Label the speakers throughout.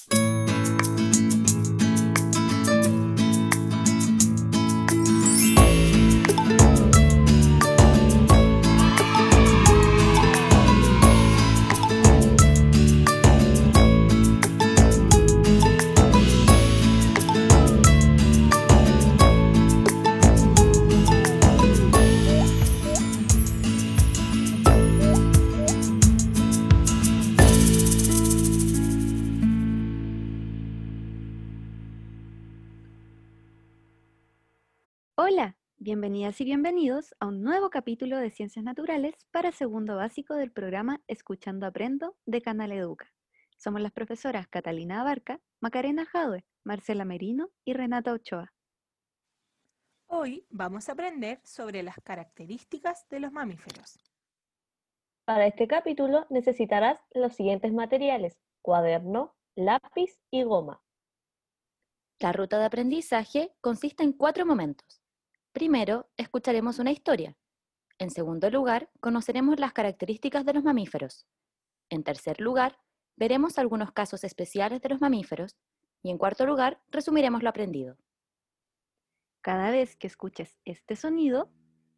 Speaker 1: Hola, bienvenidas y bienvenidos a un nuevo capítulo de Ciencias Naturales para segundo básico del programa Escuchando Aprendo de Canal Educa. Somos las profesoras Catalina Abarca, Macarena Jadue, Marcela Merino y Renata Ochoa.
Speaker 2: Hoy vamos a aprender sobre las características de los mamíferos.
Speaker 3: Para este capítulo necesitarás los siguientes materiales: cuaderno, lápiz y goma.
Speaker 4: La ruta de aprendizaje consiste en 4 momentos. Primero, escucharemos una historia. En segundo lugar, conoceremos las características de los mamíferos. En tercer lugar, veremos algunos casos especiales de los mamíferos. Y en cuarto lugar, resumiremos lo aprendido.
Speaker 1: Cada vez que escuches este sonido,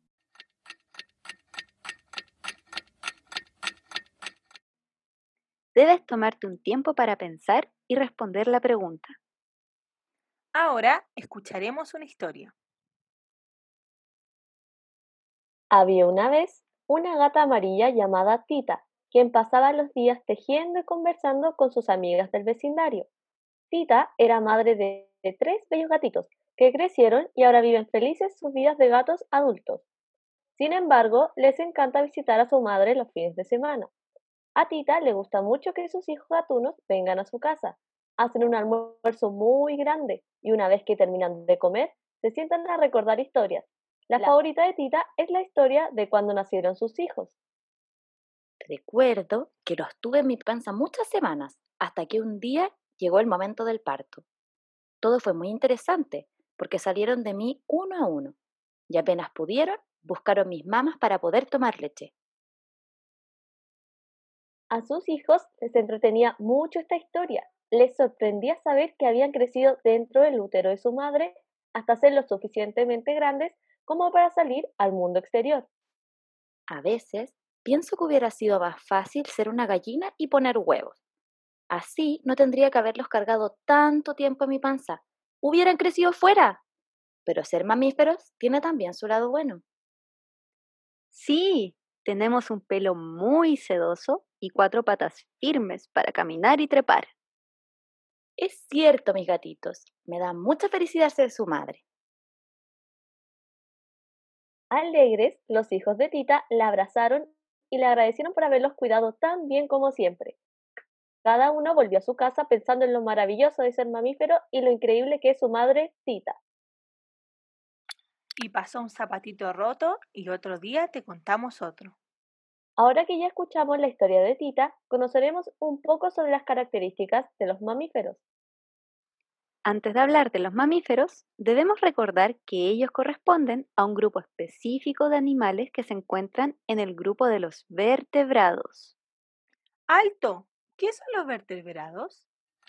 Speaker 1: debes tomarte un tiempo para pensar y responder la pregunta.
Speaker 2: Ahora escucharemos una historia.
Speaker 3: Había una vez una gata amarilla llamada Tita, quien pasaba los días tejiendo y conversando con sus amigas del vecindario. Tita era madre de 3 bellos gatitos que crecieron y ahora viven felices sus vidas de gatos adultos. Sin embargo, les encanta visitar a su madre los fines de semana. A Tita le gusta mucho que sus hijos gatunos vengan a su casa. Hacen un almuerzo muy grande y una vez que terminan de comer, se sientan a recordar historias. La favorita de Tita es la historia de cuando nacieron sus hijos.
Speaker 4: Recuerdo que los tuve en mi panza muchas semanas, hasta que un día llegó el momento del parto. Todo fue muy interesante, porque salieron de mí uno a uno, y apenas pudieron, buscaron mis mamas para poder tomar leche.
Speaker 3: A sus hijos les entretenía mucho esta historia. Les sorprendía saber que habían crecido dentro del útero de su madre hasta ser lo suficientemente grandes como para salir al mundo exterior.
Speaker 4: A veces, pienso que hubiera sido más fácil ser una gallina y poner huevos. Así no tendría que haberlos cargado tanto tiempo en mi panza. Hubieran crecido fuera. Pero ser mamíferos tiene también su lado bueno.
Speaker 1: Sí, tenemos un pelo muy sedoso y 4 patas firmes para caminar y trepar.
Speaker 4: Es cierto, mis gatitos. Me da mucha felicidad ser su madre.
Speaker 3: Alegres, los hijos de Tita la abrazaron y le agradecieron por haberlos cuidado tan bien como siempre. Cada uno volvió a su casa pensando en lo maravilloso de ser mamífero y lo increíble que es su madre, Tita.
Speaker 2: Y pasó un zapatito roto y otro día te contamos otro.
Speaker 3: Ahora que ya escuchamos la historia de Tita, conoceremos un poco sobre las características de los mamíferos.
Speaker 1: Antes de hablar de los mamíferos, debemos recordar que ellos corresponden a un grupo específico de animales que se encuentran en el grupo de los vertebrados.
Speaker 2: ¡Alto! ¿Qué son los vertebrados?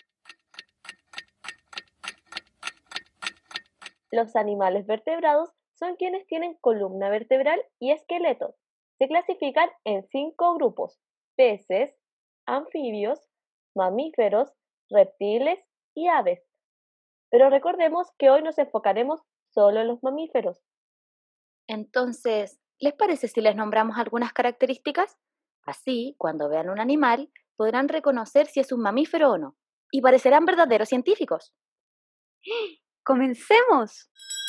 Speaker 3: Los animales vertebrados son quienes tienen columna vertebral y esqueleto. Se clasifican en 5 grupos: peces, anfibios, mamíferos, reptiles y aves. Pero recordemos que hoy nos enfocaremos solo en los mamíferos.
Speaker 4: Entonces, ¿les parece si les nombramos algunas características? Así, cuando vean un animal, podrán reconocer si es un mamífero o no, y parecerán verdaderos científicos.
Speaker 1: ¡Comencemos!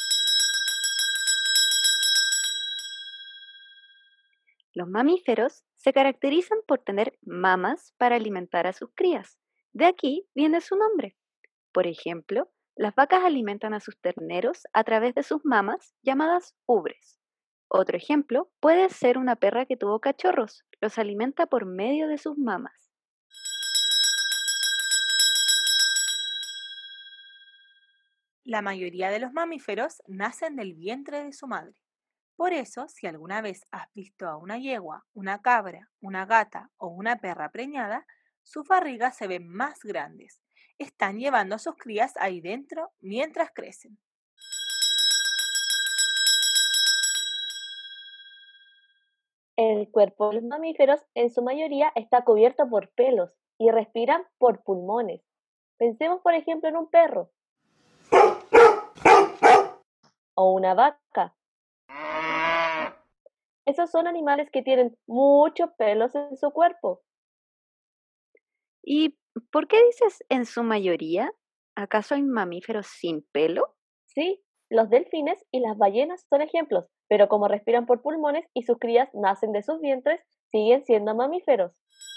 Speaker 1: Los mamíferos se caracterizan por tener mamas para alimentar a sus crías. De aquí viene su nombre. Por ejemplo, las vacas alimentan a sus terneros a través de sus mamas llamadas ubres. Otro ejemplo puede ser una perra que tuvo cachorros, los alimenta por medio de sus mamas.
Speaker 2: La mayoría de los mamíferos nacen del vientre de su madre. Por eso, si alguna vez has visto a una yegua, una cabra, una gata o una perra preñada, sus barrigas se ven más grandes. están llevando a sus crías ahí dentro mientras crecen.
Speaker 3: El cuerpo de los mamíferos en su mayoría está cubierto por pelos y respiran por pulmones. Pensemos por ejemplo en un perro o una vaca. Esos son animales que tienen muchos pelos en su cuerpo.
Speaker 1: ¿Y por qué dices en su mayoría? ¿Acaso hay mamíferos sin pelo?
Speaker 3: Sí, los delfines y las ballenas son ejemplos, pero como respiran por pulmones y sus crías nacen de sus vientres, siguen siendo mamíferos.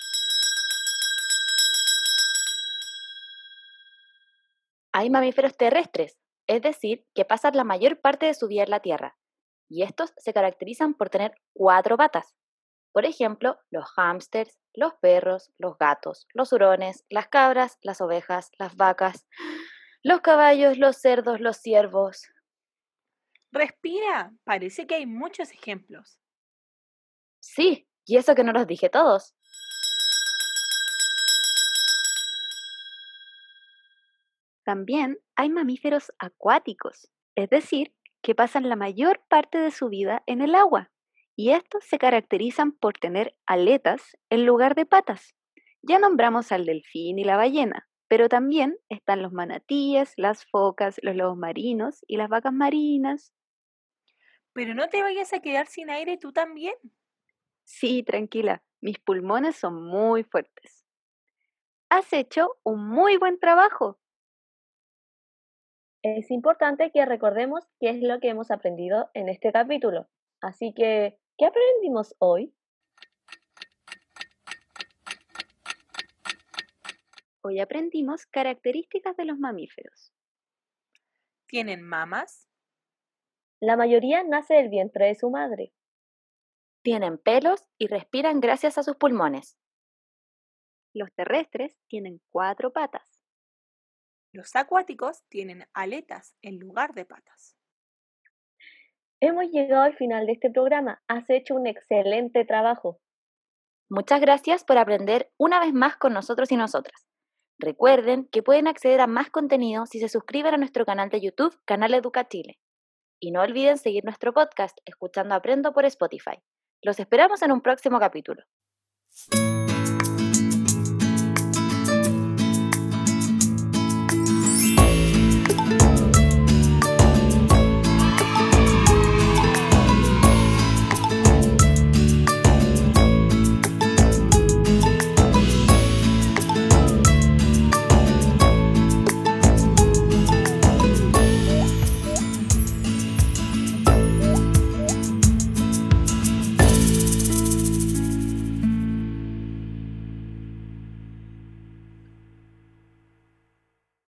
Speaker 4: Hay mamíferos terrestres, es decir, que pasan la mayor parte de su vida en la tierra, y estos se caracterizan por tener 4 patas. Por ejemplo, los hámsters, los perros, los gatos, los hurones, las cabras, las ovejas, las vacas, los caballos, los cerdos, los ciervos.
Speaker 2: Respira, parece que hay muchos ejemplos.
Speaker 4: Sí, y eso que no los dije todos.
Speaker 1: También hay mamíferos acuáticos, es decir, que pasan la mayor parte de su vida en el agua, y estos se caracterizan por tener aletas en lugar de patas. Ya nombramos al delfín y la ballena, pero también están los manatíes, las focas, los lobos marinos y las vacas marinas.
Speaker 2: Pero no te vayas a quedar sin aire tú también.
Speaker 1: Sí, tranquila, mis pulmones son muy fuertes. Has hecho un muy buen trabajo.
Speaker 3: Es importante que recordemos qué es lo que hemos aprendido en este capítulo. Así que, ¿qué aprendimos hoy?
Speaker 1: Hoy aprendimos características de los mamíferos.
Speaker 2: Tienen mamas,
Speaker 3: La mayoría nace del vientre de su madre.
Speaker 4: Tienen pelos y respiran gracias a sus pulmones.
Speaker 1: Los terrestres tienen 4 patas.
Speaker 2: los acuáticos tienen aletas en lugar de patas.
Speaker 3: Hemos llegado al final de este programa. Has hecho un excelente trabajo.
Speaker 4: Muchas gracias por aprender una vez más con nosotros y nosotras. Recuerden que pueden acceder a más contenido si se suscriben a nuestro canal de YouTube, Canal Educa Chile. Y no olviden seguir nuestro podcast escuchando Aprendo por Spotify. Los esperamos en un próximo capítulo.